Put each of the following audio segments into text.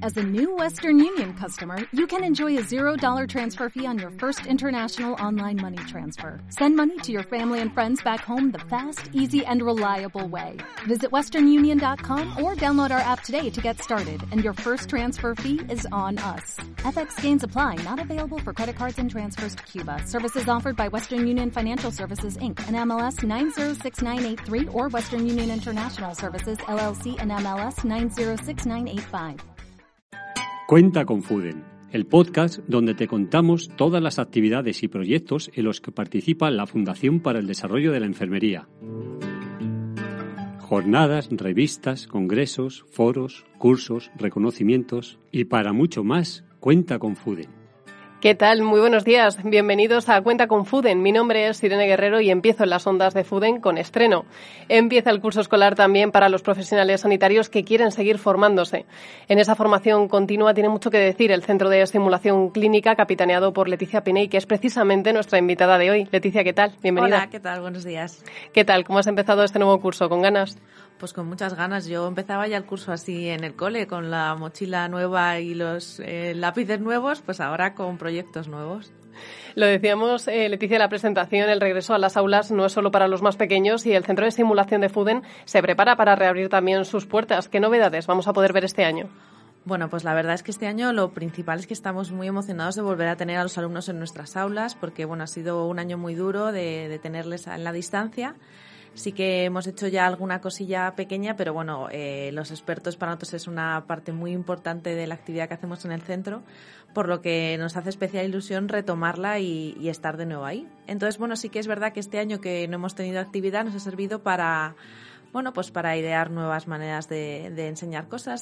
As a new Western Union customer, you can enjoy a $0 transfer fee on your first international online money transfer. Send money to your family and friends back home the fast, easy, and reliable way. Visit westernunion.com or download our app today to get started, and your first transfer fee is on us. FX gains apply, not available for credit cards and transfers to Cuba. Services offered by Western Union Financial Services, Inc., and MLS 906983, or Western Union International Services, LLC, and MLS 906985. Cuenta con Fuden, el podcast donde te contamos todas las actividades y proyectos en los que participa la Fundación para el Desarrollo de la Enfermería. Jornadas, revistas, congresos, foros, cursos, reconocimientos y para mucho más, cuenta con Fuden. ¿Qué tal? Muy buenos días. Bienvenidos a Cuenta con Fuden. Mi nombre es Irene Guerrero y empiezo en las ondas de Fuden con estreno. Empieza el curso escolar también para los profesionales sanitarios que quieren seguir formándose. En esa formación continua tiene mucho que decir el Centro de Simulación Clínica, capitaneado por Leticia Piney, que es precisamente nuestra invitada de hoy. Leticia, ¿qué tal? Bienvenida. Hola, ¿qué tal? Buenos días. ¿Qué tal? ¿Cómo has empezado este nuevo curso? ¿Con ganas? Pues con muchas ganas. Yo empezaba ya el curso así en el cole, con la mochila nueva y los lápices nuevos, pues ahora con proyectos nuevos. Lo decíamos, Leticia, en la presentación, el regreso a las aulas no es solo para los más pequeños y el Centro de Simulación de Fuden se prepara para reabrir también sus puertas. ¿Qué novedades vamos a poder ver este año? Bueno, pues la verdad es que este año lo principal es que estamos muy emocionados de volver a tener a los alumnos en nuestras aulas, porque bueno, ha sido un año muy duro de tenerles en la distancia. Sí que hemos hecho ya alguna cosilla pequeña, pero bueno, los expertos para nosotros es una parte muy importante de la actividad que hacemos en el centro, por lo que nos hace especial ilusión retomarla y estar de nuevo ahí. Entonces, bueno, sí que es verdad que este año que no hemos tenido actividad nos ha servido para idear nuevas maneras de enseñar cosas,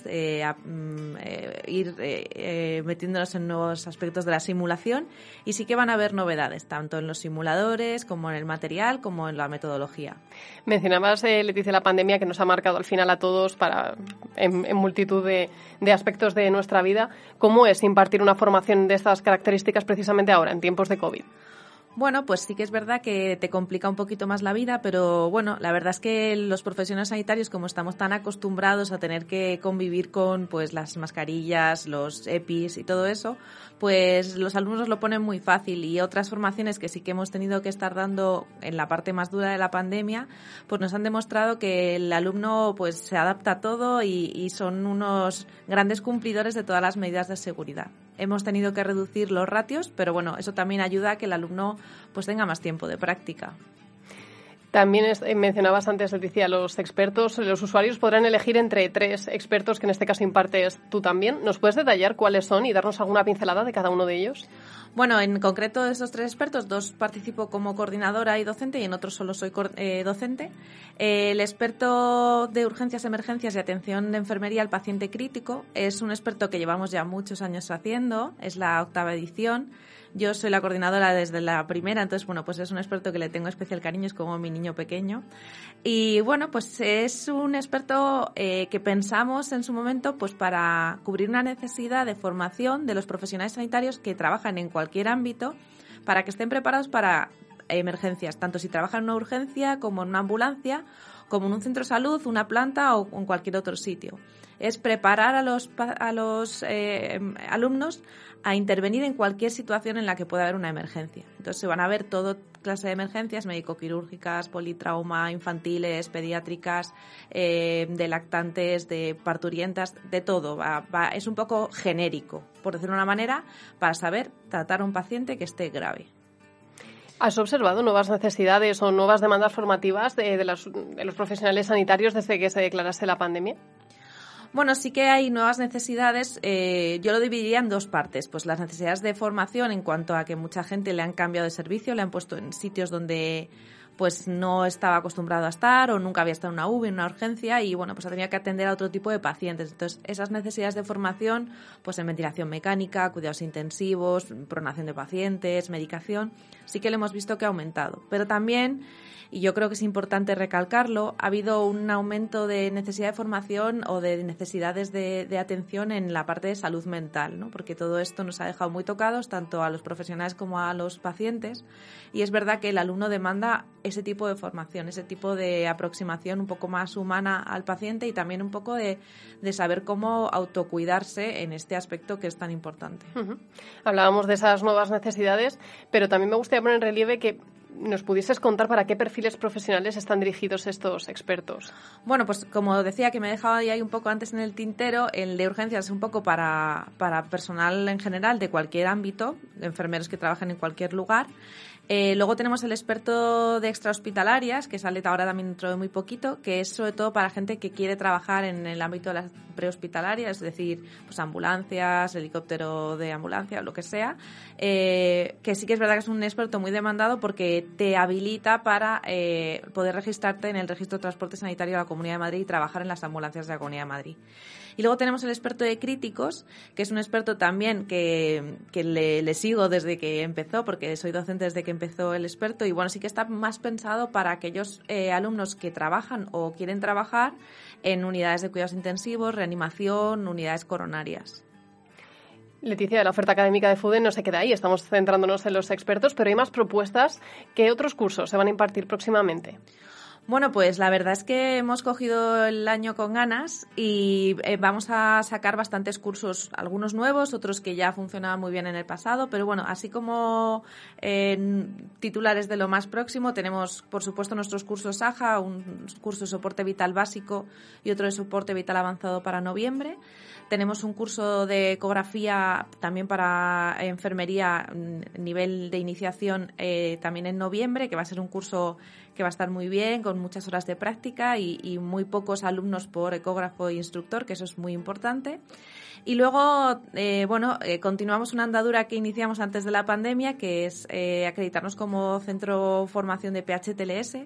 ir metiéndonos en nuevos aspectos de la simulación, y sí que van a haber novedades, tanto en los simuladores como en el material, como en la metodología. Mencionabas, Leticia, la pandemia que nos ha marcado al final a todos en multitud de aspectos de nuestra vida. ¿Cómo es impartir una formación de estas características precisamente ahora, en tiempos de COVID? Bueno, pues sí que es verdad que te complica un poquito más la vida, pero bueno, la verdad es que los profesionales sanitarios, como estamos tan acostumbrados a tener que convivir con pues las mascarillas, los EPIs y todo eso, pues los alumnos lo ponen muy fácil, y otras formaciones que sí que hemos tenido que estar dando en la parte más dura de la pandemia, pues nos han demostrado que el alumno pues se adapta a todo y son unos grandes cumplidores de todas las medidas de seguridad. Hemos tenido que reducir los ratios, pero bueno, eso también ayuda a que el alumno pues tenga más tiempo de práctica. También mencionabas antes, Leticia, los expertos, los usuarios podrán elegir entre 3 expertos, que en este caso impartes tú también. ¿Nos puedes detallar cuáles son y darnos alguna pincelada de cada uno de ellos? Bueno, en concreto de esos 3 expertos, 2 participo como coordinadora y docente, y en otro solo soy docente. El experto de urgencias, emergencias y atención de enfermería al paciente crítico es un experto que llevamos ya muchos años haciendo, es la 8ª edición. Yo soy la coordinadora desde la primera, entonces, bueno, pues es un experto que le tengo especial cariño, es como mi niño pequeño. Y bueno, pues es un experto que pensamos en su momento pues para cubrir una necesidad de formación de los profesionales sanitarios que trabajan en cualquier ámbito, para que estén preparados para emergencias, tanto si trabajan en una urgencia como en una ambulancia, como en un centro de salud, una planta o en cualquier otro sitio. Es preparar a los alumnos a intervenir en cualquier situación en la que pueda haber una emergencia. Entonces se van a ver toda clase de emergencias, médico-quirúrgicas, politrauma, infantiles, pediátricas, de lactantes, de parturientas, de todo. Es un poco genérico, por decirlo de una manera, para saber tratar a un paciente que esté grave. ¿Has observado nuevas necesidades o nuevas demandas formativas de los profesionales sanitarios desde que se declarase la pandemia? Bueno, sí que hay nuevas necesidades. Yo lo dividiría en 2 partes. Pues las necesidades de formación en cuanto a que mucha gente le han cambiado de servicio, le han puesto en sitios donde pues no estaba acostumbrado a estar o nunca había estado en una UVI, en una urgencia, y bueno, pues ha tenido que atender a otro tipo de pacientes. Entonces, esas necesidades de formación, pues en ventilación mecánica, cuidados intensivos, pronación de pacientes, medicación, sí que lo hemos visto que ha aumentado. Pero también, y yo creo que es importante recalcarlo, ha habido un aumento de necesidad de formación o de necesidades de atención en la parte de salud mental, ¿no? Porque todo esto nos ha dejado muy tocados tanto a los profesionales como a los pacientes, y es verdad que el alumno demanda ese tipo de formación, ese tipo de aproximación un poco más humana al paciente y también un poco de saber cómo autocuidarse en este aspecto que es tan importante. Uh-huh. Hablábamos de esas nuevas necesidades, pero también me gustaría poner en relieve que nos pudieses contar para qué perfiles profesionales están dirigidos estos expertos. Bueno, pues como decía, que me he dejado ahí un poco antes en el tintero, el de urgencias es un poco para personal en general de cualquier ámbito, enfermeros que trabajan en cualquier lugar. Luego tenemos el experto de extrahospitalarias, que sale ahora también dentro de muy poquito, que es sobre todo para gente que quiere trabajar en el ámbito de las prehospitalarias, es decir, pues ambulancias, helicóptero de ambulancia, lo que sea, que sí que es verdad que es un experto muy demandado porque te habilita para poder registrarte en el registro de transporte sanitario de la Comunidad de Madrid y trabajar en las ambulancias de la Comunidad de Madrid. Y luego tenemos el experto de críticos, que es un experto también que le sigo desde que empezó, porque soy docente desde que empezó el experto, y bueno, sí que está más pensado para aquellos alumnos que trabajan o quieren trabajar en unidades de cuidados intensivos, reanimación, unidades coronarias. Leticia, la oferta académica de FUDEN no se queda ahí, estamos centrándonos en los expertos, pero hay más propuestas. ¿Qué otros cursos se van a impartir próximamente? Bueno, pues la verdad es que hemos cogido el año con ganas y vamos a sacar bastantes cursos, algunos nuevos, otros que ya funcionaban muy bien en el pasado, pero bueno, así como titulares de lo más próximo, tenemos por supuesto nuestros cursos AJA, un curso de soporte vital básico y otro de soporte vital avanzado para noviembre. Tenemos un curso de ecografía también para enfermería, nivel de iniciación, también en noviembre, que va a ser un curso que va a estar muy bien, con muchas horas de práctica y muy pocos alumnos por ecógrafo e instructor, que eso es muy importante. Y luego, continuamos una andadura que iniciamos antes de la pandemia, que es acreditarnos como centro formación de PHTLS.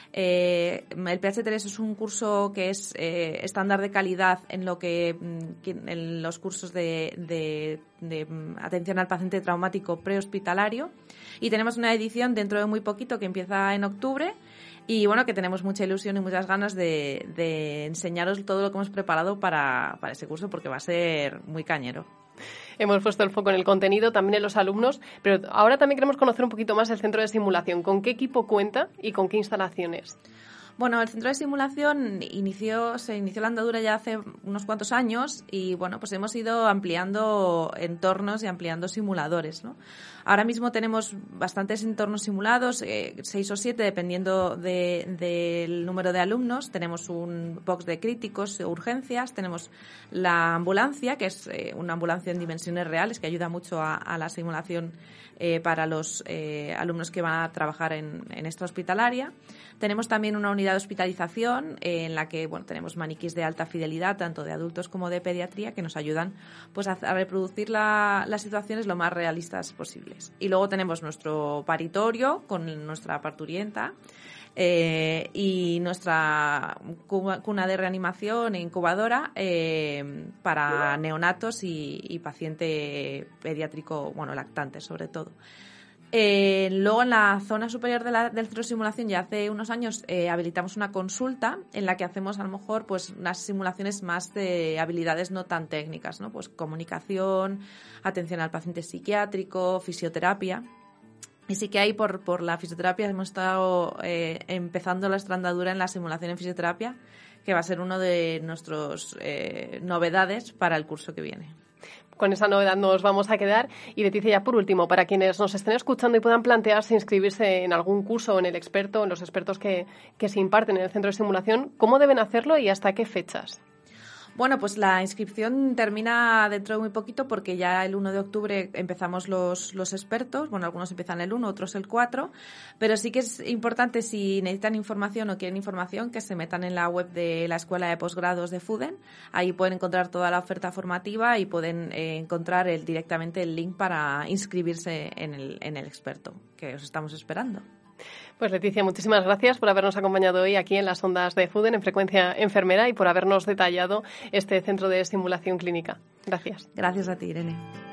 El PHTLS es un curso que es estándar de calidad en lo que en los cursos de atención al paciente traumático prehospitalario, y tenemos una edición dentro de muy poquito que empieza en octubre y bueno, que tenemos mucha ilusión y muchas ganas de enseñaros todo lo que hemos preparado para ese curso, porque va a ser muy cañero. Hemos puesto el foco en el contenido, también en los alumnos, pero ahora también queremos conocer un poquito más el centro de simulación. ¿Con qué equipo cuenta y con qué instalaciones? Bueno, el centro de simulación se inició la andadura ya hace unos cuantos años y bueno, pues hemos ido ampliando entornos y ampliando simuladores, ¿no? Ahora mismo tenemos bastantes entornos simulados, 6 o 7 dependiendo del número de alumnos. Tenemos un box de críticos, urgencias, tenemos la ambulancia, que es una ambulancia en dimensiones reales que ayuda mucho a la simulación para los alumnos que van a trabajar en esta hospitalaria. Tenemos también una unidad de hospitalización en la que tenemos maniquís de alta fidelidad, tanto de adultos como de pediatría, que nos ayudan pues a reproducir las situaciones lo más realistas posibles. Y luego tenemos nuestro paritorio con nuestra parturienta y nuestra cuna de reanimación e incubadora para neonatos y paciente pediátrico, lactante sobre todo. Luego en la zona superior del centro de simulación ya hace unos años habilitamos una consulta en la que hacemos a lo mejor pues unas simulaciones más de habilidades no tan técnicas, ¿no? Pues comunicación, atención al paciente psiquiátrico, fisioterapia. Y sí que ahí por la fisioterapia hemos estado empezando la andadura en la simulación en fisioterapia, que va a ser uno de nuestros novedades para el curso que viene. Con esa novedad nos vamos a quedar. Y Leticia, ya por último, para quienes nos estén escuchando y puedan plantearse inscribirse en algún curso o en el experto, en los expertos que se imparten en el centro de simulación, ¿cómo deben hacerlo y hasta qué fechas? Bueno, pues la inscripción termina dentro de muy poquito porque ya el 1 de octubre empezamos los expertos. Bueno, algunos empiezan el 1, otros el 4, pero sí que es importante, si necesitan información o quieren información, que se metan en la web de la Escuela de Posgrados de FUDEN. Ahí pueden encontrar toda la oferta formativa y pueden encontrar directamente el link para inscribirse en el experto, que os estamos esperando. Pues Leticia, muchísimas gracias por habernos acompañado hoy aquí en las ondas de FUDEN, en Frecuencia Enfermera, y por habernos detallado este centro de simulación clínica. Gracias. Gracias a ti, Irene.